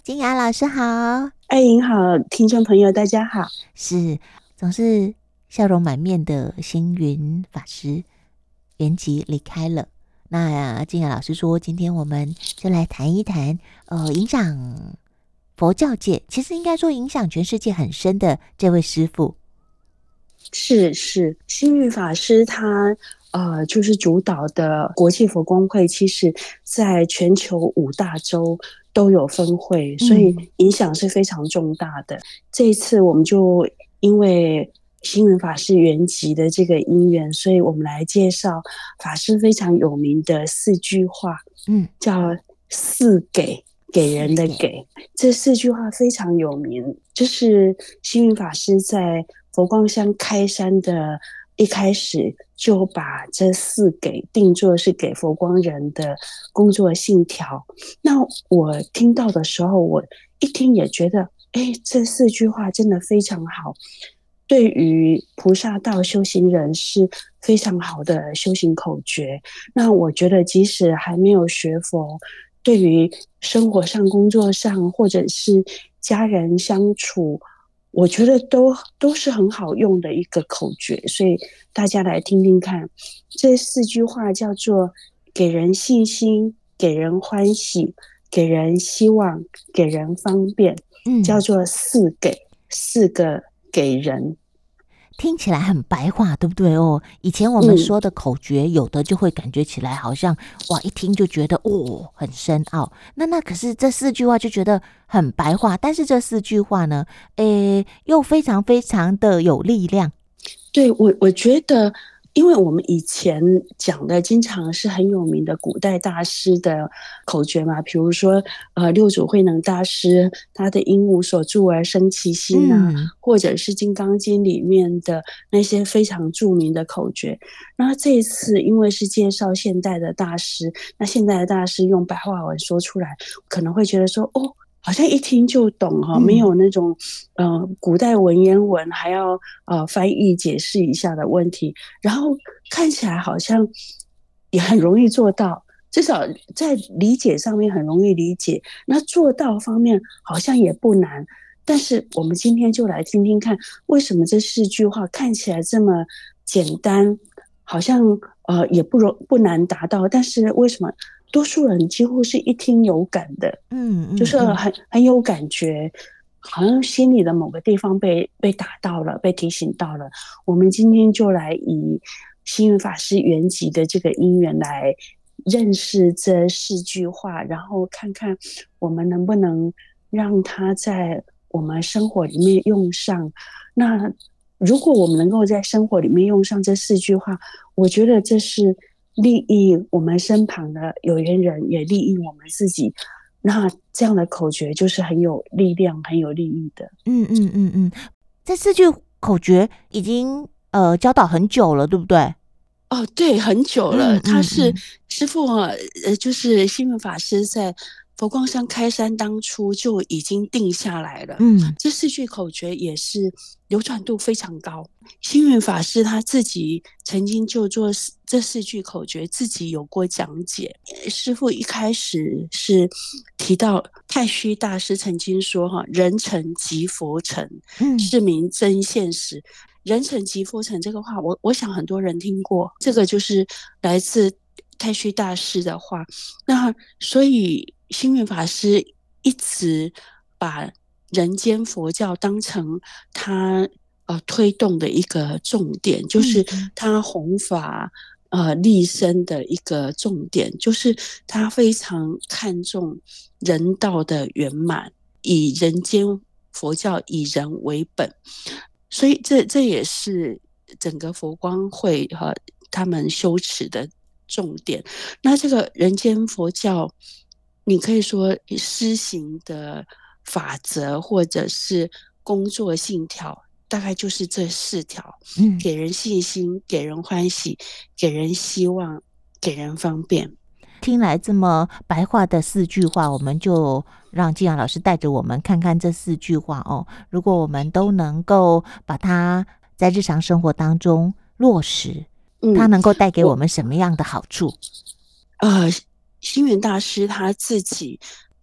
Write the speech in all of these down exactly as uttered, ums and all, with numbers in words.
金雅老师好。 艾莹好，听众朋友大家好。 是总是笑容满面的星云法师圆寂离开了，那金雅老师说今天我们就来谈一谈呃，影响佛教界，其实应该说影响全世界很深的这位师父。 是是，星云法师他呃，就是主导的国际佛光会，其实在全球五大洲都有分会，所以影响是非常重大的。嗯、这一次我们就因为星云法师圆寂的这个因缘，所以我们来介绍法师非常有名的四句话，嗯，叫四给。给人的给，这四句话非常有名，就是星云法师在佛光山开山的一开始就把这四给定作是给佛光人的工作信条。那我听到的时候，我一听也觉得，哎，这四句话真的非常好，对于菩萨道修行人是非常好的修行口诀。那我觉得即使还没有学佛，对于生活上、工作上，或者是家人相处，我觉得都都是很好用的一个口诀。所以大家来听听看，这四句话叫做给人信心、给人欢喜、给人希望、给人方便，嗯，叫做四给，四个给人。 听起来很白话，对不对哦？以前我们说的口诀，嗯、有的就会感觉起来好像哇，一听就觉得哦很深奥。那那可是这四句话就觉得很白话，但是这四句话呢，诶，又非常非常的有力量。 对，我我觉得。因为我们以前讲的经常是很有名的古代大师的口诀嘛，比如说呃六祖慧能大师他的因无所住而生其心啊，嗯、或者是金刚经里面的那些非常著名的口诀。那这一次因为是介绍现代的大师，那现代的大师用白话文说出来，可能会觉得说哦，好像一听就懂哈、哦，没有那种呃古代文言文还要呃翻译解释一下的问题，然后看起来好像也很容易做到，至少在理解上面很容易理解，那做到方面好像也不难。但是我们今天就来听听看，为什么这四句话看起来这么简单，好像呃也不容不难达到，但是为什么多数人几乎是一听有感的，嗯，嗯就是很很有感觉，好像心里的某个地方被被打到了，被提醒到了。我们今天就来以星云法师圆寂的这个因缘来认识这四句话，然后看看我们能不能让它在我们生活里面用上。那如果我们能够在生活里面用上这四句话，我觉得这是利益我们身旁的有缘人，也利益我们自己。那这样的口诀就是很有力量、很有利益的。 嗯嗯嗯嗯，这四句口诀已经呃教导很久了，对不对？ 哦，对，很久了。嗯嗯嗯他是师父呃，就是星云法师在佛光山开山当初就已经定下来了。嗯，这四句口诀也是流传度非常高。星云法师他自己曾经就做这四句口诀，自己有过讲解。师父一开始是提到太虚大师曾经说哈，人成即佛成，是名真现实。人成即佛成这个话，我我想很多人听过，这个就是来自太虚大师的话。那所以星云法师一直把人间佛教当成他呃推动的一个重点，就是他弘法呃立身的一个重点，就是他非常看重人道的圆满，以人间佛教以人为本。所以这这也是整个佛光会和他们修持的重点。那这个人间佛教，你可以说施行的法则或者是工作信条，大概就是这四条：嗯，给人信心，给人欢喜，给人希望，给人方便。 听来这么白话的四句话，我们就让金阳老师带着我们看看这四句话哦。如果我们都能够把它在日常生活当中落实，嗯、它能够带给我们什么样的好处？ 呃，星云大师他自己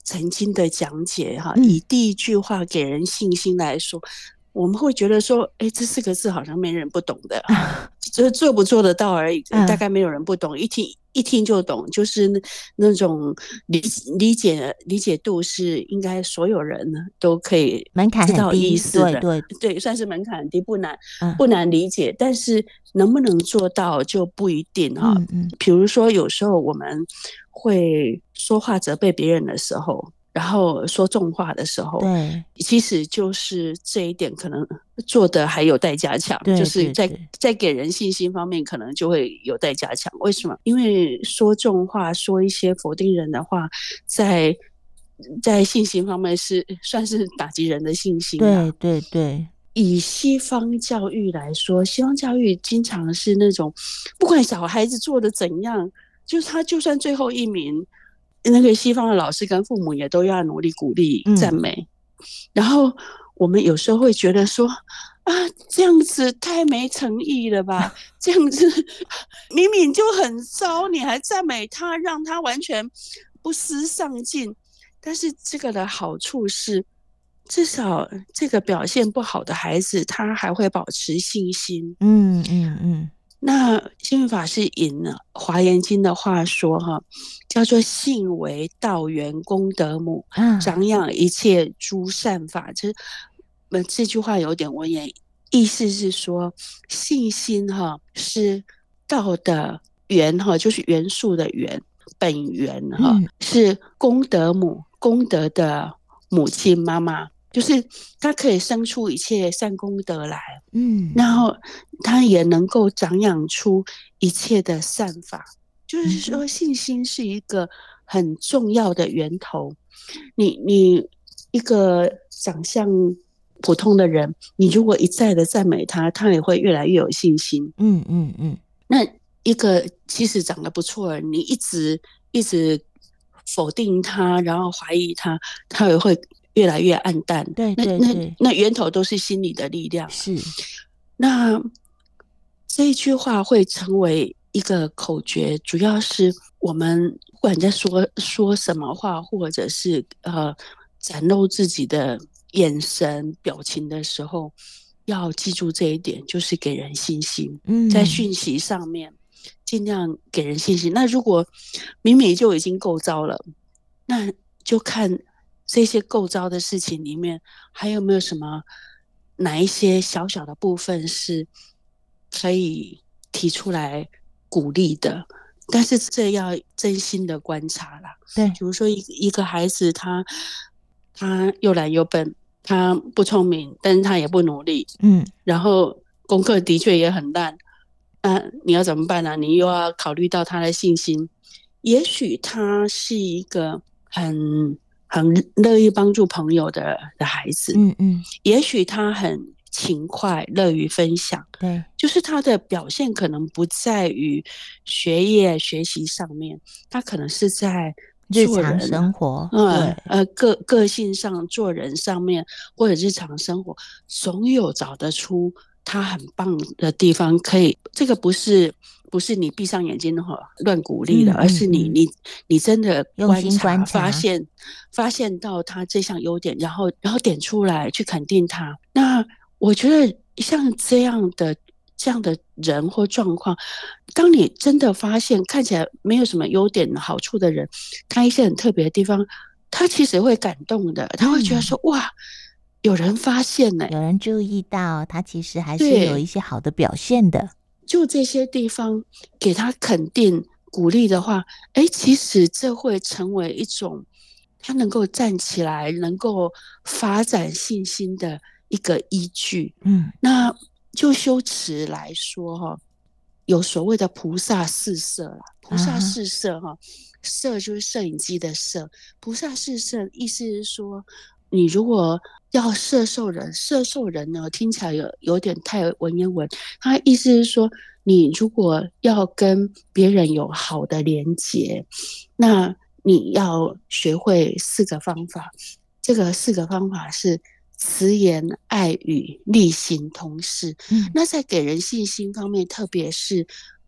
曾经的讲解哈， 嗯以第一句话给人信心来说，我们会觉得说，哎，这四个字好像没人不懂的，就是做不做得到而已， 嗯大概没有人不懂，一听一听就懂，就是那那种理理解理解度是应该所有人都可以门槛知道很低， 意思的， 对对， 对，算是门槛很低，不难嗯不难理解，但是能不能做到就不一定哈。 嗯嗯， 比如说有时候我们会说话责备别人的时候，然后说重话的时候， 对其实就是这一点可能做的还有待加强， 对就是在对对， 在给人信心方面可能就会有待加强。为什么？因为说重话，说一些否定人的话，在在信心方面是算是打击人的信心啊。 对对对， 以西方教育来说，西方教育经常是那种，不管小孩子做的怎样，就是他就算最后一名，那个西方的老师跟父母也都要努力鼓励嗯赞美。然后我们有时候会觉得说，啊，这样子太没诚意了吧？这样子明明就很糟，你还赞美他，让他完全不思上进。但是这个的好处是，至少这个表现不好的孩子，他还会保持信心。 嗯嗯嗯， 那星云法师引了《华严经》的话说哈，叫做信为道源功德母， 啊， 长养一切诸善法。这呃这句话有点文言，意思是说信心哈是道的源哈，就是元素的源，本源哈， 嗯是功德母，功德的母亲妈妈，就是它可以生出一切善功德来。 嗯， 然后它也能够长养出一切的善法，就是说信心是一个很重要的源头。你你一个长相普通的人，你如果一再的赞美他，他也会越来越有信心。 嗯嗯嗯， 那一个其实长得不错的人，你一直一直否定他，然后怀疑他，他也会越来越暗淡。 对那那对对， 那源头都是心理的力量。 是， 那这一句话会成为一个口诀，主要是我们不管在说说什么话，或者是呃展露自己的眼神、表情的时候，要记住这一点，就是给人信心。 嗯， 在讯息上面尽量给人信心。那如果明明就已经够糟了，那就看这些够糟的事情里面还有没有什么哪一些小小的部分是可以提出来鼓励的，但是这要真心的观察啦。 对， 比如说一一个孩子他他又懒又笨，他不聪明，但是他也不努力， 嗯然后功课的确也很烂，那你要怎么办呢、啊？你又要考虑到他的信心，也许他是一个很很乐意帮助朋友的的孩子， 嗯嗯， 也许他很勤快，乐于分享， 对， 就是他的表现可能不在于学业学习上面，他可能是在日常做人生活， 呃对， 呃个个性上、做人上面或者日常生活，总有找得出他很棒的地方。可以，这个不是不是你闭上眼睛哈乱鼓励的， 嗯而是你嗯嗯你你真的用观察心观察发现发现到他这项优点，然后然后点出来去肯定他。那我觉得像这样的这样的人或状况，当你真的发现看起来没有什么优点好处的人，他一些很特别的地方，他其实会感动的，他会觉得说、嗯、哇，有人发现呢、欸， 有人注意到他其实还是有一些好的表现的。 就这些地方给他肯定鼓励的话，哎，其实这会成为一种他能够站起来，能够发展信心的一个依据。 嗯， 那就修持来说哈，有所谓的菩萨四摄啦，菩萨四摄哈，摄就是摄影机的摄，菩萨四摄意思是说，你如果要摄受人，摄受人呢，听起来有有点太文言文，他意思是说，你如果要跟别人有好的连结，那你要学会四个方法，这个四个方法是慈言爱语力行同事。 嗯， 那在给人信心方面，特别是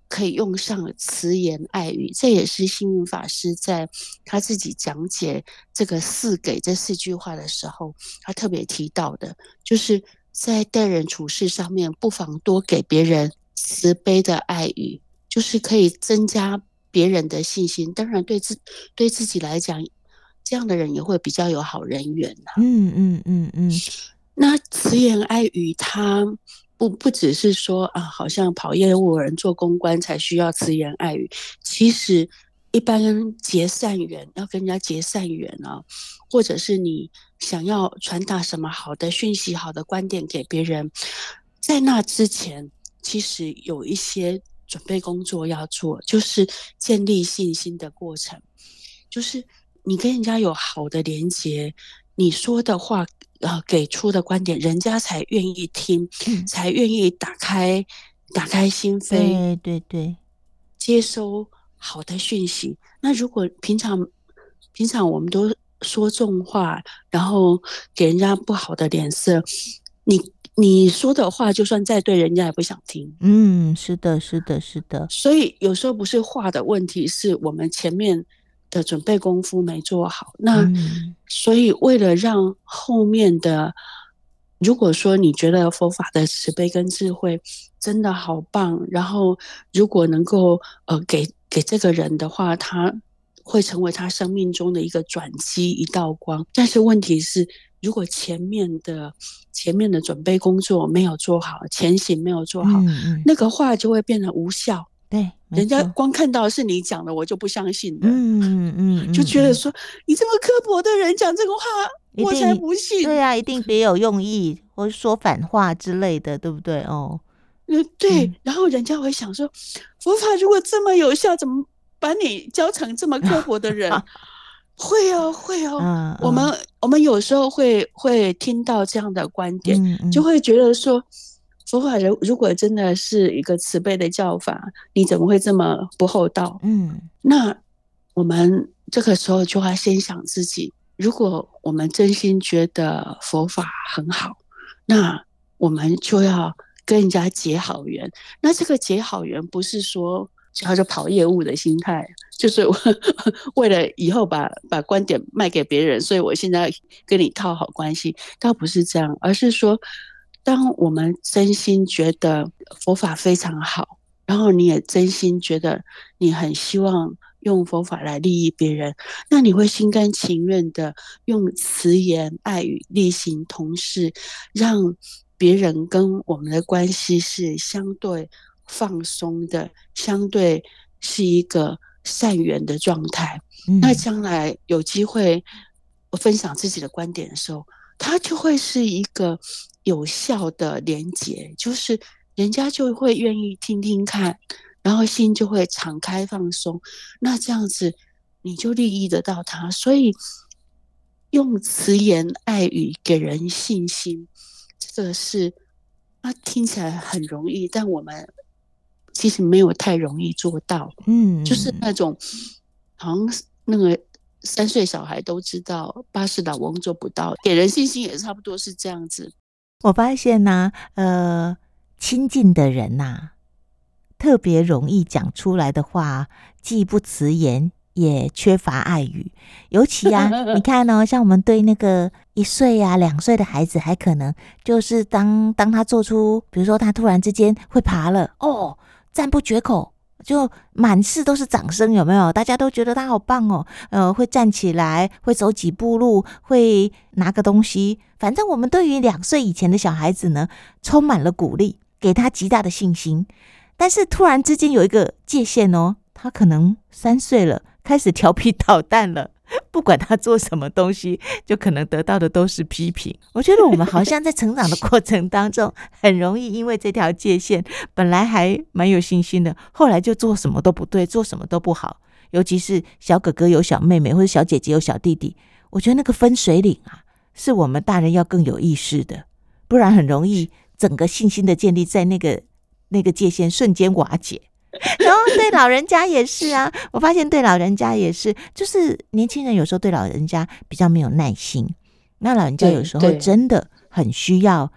可以用上慈言爱语。这也是星云法师在他自己讲解这个四给这四句话的时候，他特别提到的，就是在待人处事上面，不妨多给别人慈悲的爱语，就是可以增加别人的信心。当然对自对自己来讲，这样的人也会比较有好人缘啊。 嗯嗯嗯嗯。 那慈言爱语，它不不只是说啊，好像跑业务人做公关才需要慈言爱语。其实一般结善缘，要跟人家结善缘啊，或者是你想要传达什么好的讯息、好的观点给别人，在那之前，其实有一些准备工作要做，就是建立信心的过程。就是你跟人家有好的连结，你说的话，呃，给出的观点，人家才愿意听， 嗯， 才愿意打开打开心扉， 对对对， 接收好的讯息。那如果平常平常我们都说重话，然后给人家不好的脸色，你你说的话就算再对，人家也不想听。 嗯，是的，是的，是的。 所以有时候不是话的问题，是我们前面的准备功夫没做好。那、 嗯、 所以为了让后面的，如果说你觉得佛法的慈悲跟智慧真的好棒，然后如果能够呃给给这个人的话，他会成为他生命中的一个转机，一道光。但是问题是，如果前面的前面的准备工作没有做好，前行没有做好， 嗯嗯， 那个话就会变得无效。 对，没人家错。 光看到是你讲的，我就不相信的， 嗯嗯嗯， 就觉得说你这么刻薄的人讲这个话，我才不信。 对啊，一定别有用意，或者说反话之类的，对不对？哦， 嗯，对。 嗯、 然后人家会想说，佛法如果这么有效，怎么把你教成这么刻薄的人？会哦，会哦。 嗯嗯、 我们我们有时候会会听到这样的观点， 嗯嗯， 就会觉得说，佛法如如果真的是一个慈悲的教法，你怎么会这么不厚道？ 嗯， 那我们这个时候就要先想自己，如果我们真心觉得佛法很好，那我们就要跟人家结好缘。那这个结好缘不是说叫做跑业务的心态，就是为了以后把把观点卖给别人，所以我现在跟你套好关系，倒不是这样，而是说，当我们真心觉得佛法非常好，然后你也真心觉得你很希望用佛法来利益别人，那你会心甘情愿的用慈言爱语力行同事，让别人跟我们的关系是相对放松的，相对是一个善缘的状态。 嗯， 那将来有机会分享自己的观点的时候，它就会是一个有效的连结，就是人家就会愿意听听看，然后心就会敞开放松，那这样子你就利益得到他。所以用慈言爱语给人信心，这个是它听起来很容易，但我们其实没有太容易做到。 嗯， 就是那种好像那个三岁小孩都知道，八十老翁做不到，给人信心也差不多是这样子。 我发现呢、啊，呃，亲近的人呐、啊，特别容易讲出来的话，既不辞言，也缺乏爱语。尤其啊，你看哦，像我们对那个一岁啊、两岁的孩子，还可能就是当当他做出，比如说他突然之间会爬了，哦，赞不绝口。就满室都是掌声，有没有？大家都觉得他好棒哦，呃，会站起来，会走几步路，会拿个东西。反正我们对于两岁以前的小孩子呢，充满了鼓励，给他极大的信心。但是突然之间有一个界限哦，他可能三岁了，开始调皮捣蛋了。不管他做什么东西，就可能得到的都是批评。我觉得我们好像在成长的过程当中，很容易因为这条界限，本来还蛮有信心的，后来就做什么都不对，做什么都不好。尤其是小哥哥有小妹妹，或者小姐姐有小弟弟，我觉得那个分水岭啊，是我们大人要更有意识的，不然很容易整个信心的建立在那个那个界限瞬间瓦解。然后对老人家也是啊，我发现对老人家也是，就是年轻人有时候对老人家比较没有耐心，那老人家有时候真的很需要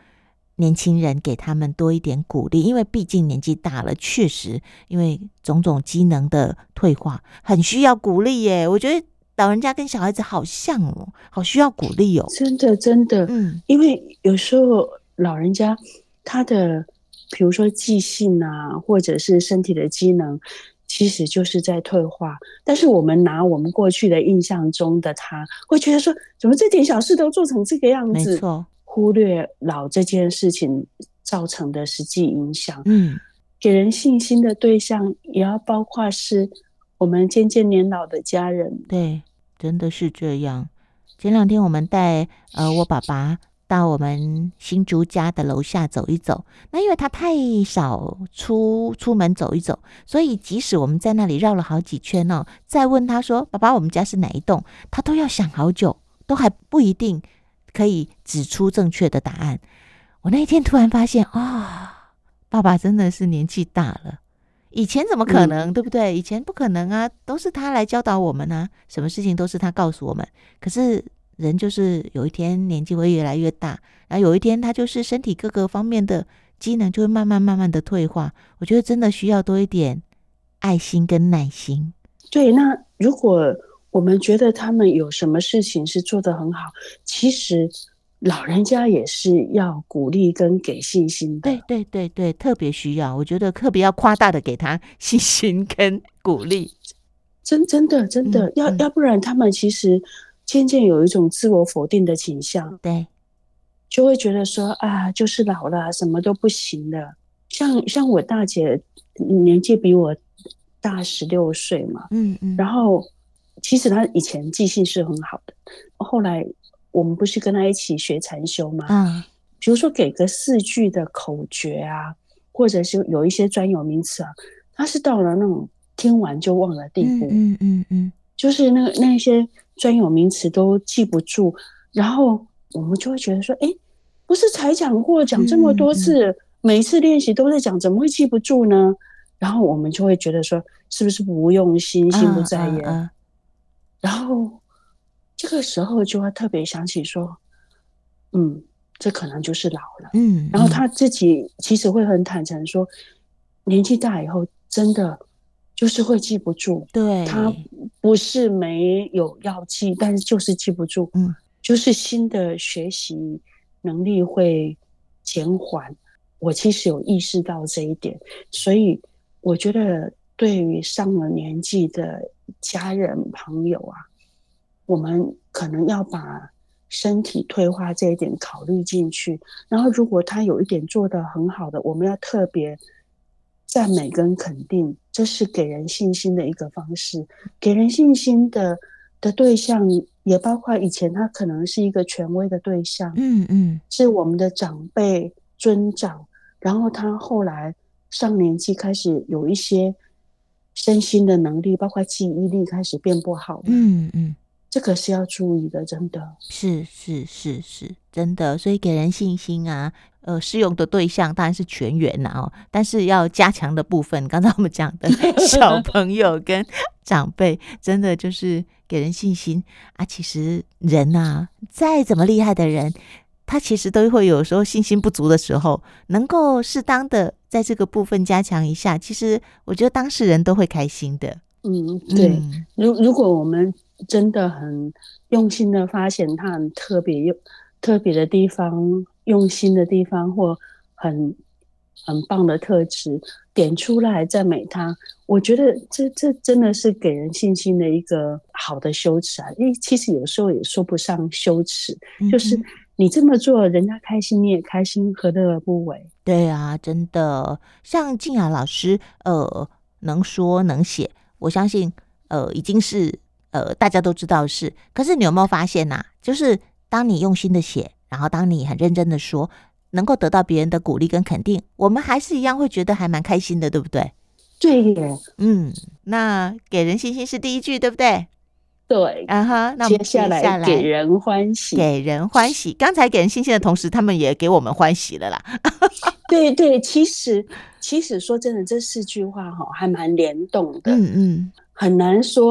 年轻人，给他们多一点鼓励，因为毕竟年纪大了，确实因为种种机能的退化，很需要鼓励耶。我觉得老人家跟小孩子好像哦，好需要鼓励哦。 真的真的， 嗯， 因为有时候老人家他的比如说记性啊，或者是身体的机能，其实就是在退化。但是我们拿我们过去的印象中的他，会觉得说，怎么这点小事都做成这个样子？ 没错， 忽略老这件事情造成的实际影响。 嗯， 给人信心的对象，也要包括是我们渐渐年老的家人。 对，真的是这样。前两天我们带呃我爸爸到我们新竹家的楼下走一走，那因为他太少出出门走一走，所以即使我们在那里绕了好几圈哦，再问他说爸爸我们家是哪一栋，他都要想好久，都还不一定可以指出正确的答案。我那一天突然发现啊、哦，爸爸真的是年纪大了，以前怎么可能、嗯、对不对？以前不可能啊，都是他来教导我们啊，什么事情都是他告诉我们。可是人就是有一天年纪会越来越大，然后有一天他就是身体各个方面的机能就会慢慢慢慢的退化。我觉得真的需要多一点爱心跟耐心。 对，那如果我们觉得他们有什么事情是做得很好，其实老人家也是要鼓励跟给信心的。 对对对对，特别需要，我觉得特别要夸大的给他信心跟鼓励。 真真的真的， 嗯、 要、 嗯、 要不然他们其实渐渐有一种自我否定的倾向。 对， 就会觉得说啊，就是老了，什么都不行了。像像我大姐年纪比我大十六岁嘛， 嗯嗯， 然后其实她以前记性是很好的，后来我们不是跟她一起学禅修吗？ 啊， 比如说给个四句的口诀啊，或者是有一些专有名词啊，她是到了那种听完就忘了地步， 嗯嗯嗯嗯， 就是那那些专有名词都记不住，然后我们就会觉得说，哎，不是才讲过，讲这么多次，嗯嗯，每一次练习都在讲，怎么会记不住呢？然后我们就会觉得说，是不是不用心，心不在焉？啊啊啊，然后这个时候就会特别想起说，嗯，这可能就是老了。嗯，然后他自己其实会很坦诚说，年纪大以后真的就是会记不住。对，他不是没有要记，但是就是记不住。嗯，就是新的学习能力会减缓。我其实有意识到这一点，所以我觉得对于上了年纪的家人朋友啊，我们可能要把身体退化这一点考虑进去。然后如果他有一点做得很好的，我们要特别赞美跟肯定，这是给人信心的一个方式。给人信心的的对象也包括以前他可能是一个权威的对象，嗯嗯，是我们的长辈尊长，然后他后来上年纪开始有一些身心的能力，包括记忆力开始变不好了，嗯嗯，这个是要注意的，真的是是是是真的。所以给人信心啊，呃，适用的对象当然是全员啦哦，但是要加强的部分，刚才我们讲的小朋友跟长辈，真的就是给人信心啊。其实人啊，再怎么厉害的人，他其实都会有时候信心不足的时候，能够适当的在这个部分加强一下，其实我觉得当事人都会开心的。 嗯，对。嗯、如如果我们真的很用心的发现他很特别用特别的地方，用心的地方，或很很棒的特质点出来赞美他，我觉得这这真的是给人信心的一个好的羞耻啊。因为其实有时候也说不上羞耻，嗯、就是你这么做人家开心你也开心，何乐而不为？ 对啊，真的。像静雅老师呃能说能写，我相信呃已经是呃大家都知道是，可是你有没有发现啊，就是当你用心的写，然后当你很认真的说，能够得到别人的鼓励跟肯定，我们还是一样会觉得还蛮开心的，对不对？ 对耶。 嗯，那给人信心是第一句，对不对？ 对啊哈，那我们接下来给人欢喜， 给人欢喜。刚才给人信心的同时，他们也给我们欢喜了啦。 对对，其实其实说真的，这四句话哈还蛮联动的。嗯嗯，很难说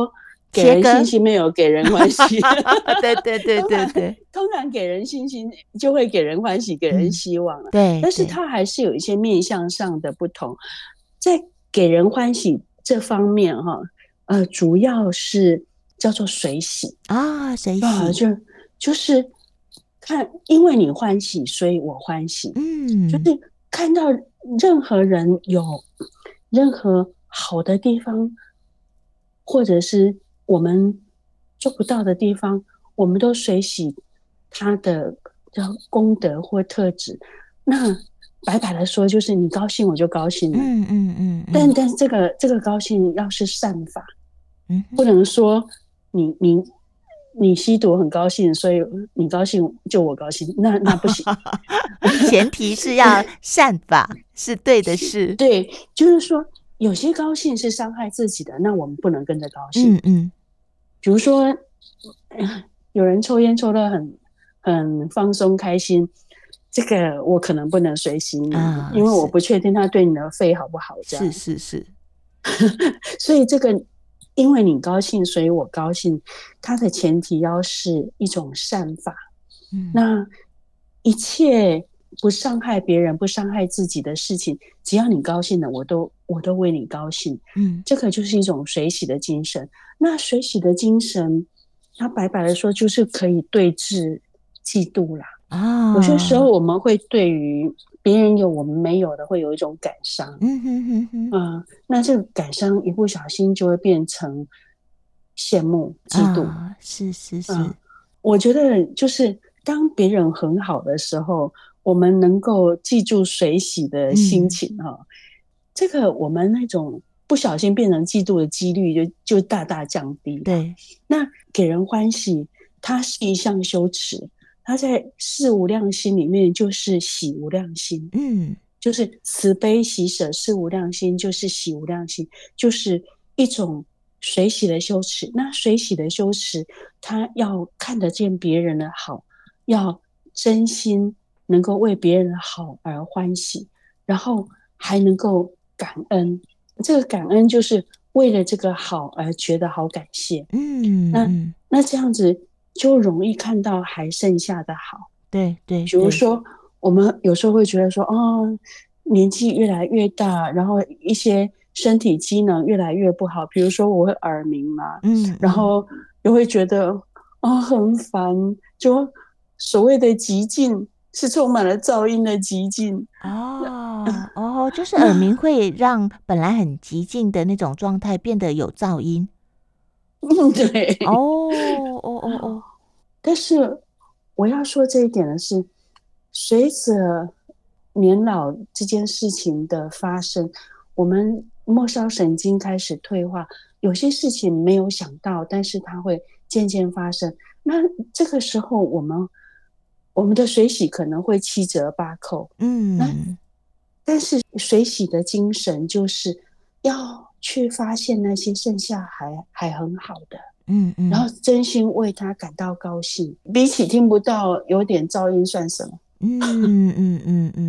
给人信心没有给人欢喜。 对对对对对， 通常给人信心就会给人欢喜，给人希望了。 嗯、对， 但是它还是有一些面向上的不同。在给人欢喜这方面哈，呃，主要是叫做随喜啊，随喜、 啊，就就是看，因为你欢喜，所以我欢喜。 嗯， 就是看到任何人有任何好的地方，或者是我们做不到的地方，我们都随喜他的叫功德或特质。那白白的说，就是你高兴我就高兴了。 嗯嗯嗯， 但但是这个这个高兴要是善法， 嗯， 不能说你你你吸毒很高兴，所以你高兴就我高兴，那那不行。 前提是要善法，是对的事。 对，就是说有些高兴是伤害自己的，那我们不能跟着高兴。 嗯嗯， 比如说有人抽烟抽得很很放松开心，这个我可能不能随喜你、啊、因为我不确定他对你的肺好不好，这样是是是。 所以这个因为你高兴所以我高兴，它的前提要是一种善法、嗯、那一切不伤害别人不伤害自己的事情，只要你高兴了，我都我都为你高兴。嗯，这个就是一种随喜的精神。那随喜的精神，它白白的说，就是可以对治嫉妒啦。啊，有些时候我们会对于别人有我们没有的，会有一种感伤。嗯哼哼哼，呃，那这个感伤一不小心就会变成羡慕、嫉妒。啊、 是是是、 呃。我觉得就是当别人很好的时候，我们能够记住随喜的心情哈、嗯，这个我们那种不小心变成嫉妒的几率就就大大降低了。 对， 那给人欢喜，它是一项修持，它在四无量心里面就是喜无量心，嗯，就是慈悲喜舍四无量心，就是喜无量心，就是一种随喜的修持。那随喜的修持，他要看得见别人的好，要真心能够为别人的好而欢喜，然后还能够感恩。这个感恩就是为了这个好而觉得好感谢。嗯，那那这样子就容易看到还剩下的好。 对对， 比如说我们有时候会觉得说，哦，年纪越来越大，然后一些身体机能越来越不好，比如说我会耳鸣嘛，嗯，然后又会觉得哦很烦，就所谓的极静是充满了噪音的极静。 哦哦，就是耳鸣会让本来很寂静的那种状态变得有噪音。 嗯，对。 哦哦哦哦， 但是我要说这一点的是，随着年老这件事情的发生，我们末梢神经开始退化，有些事情没有想到，但是它会渐渐发生。那这个时候，我们我们的随喜可能会七折八扣，嗯，那但是随喜的精神就是要去发现那些剩下还还很好的。嗯嗯，然后真心为他感到高兴，比起听不到有点噪音算什么？嗯嗯嗯嗯。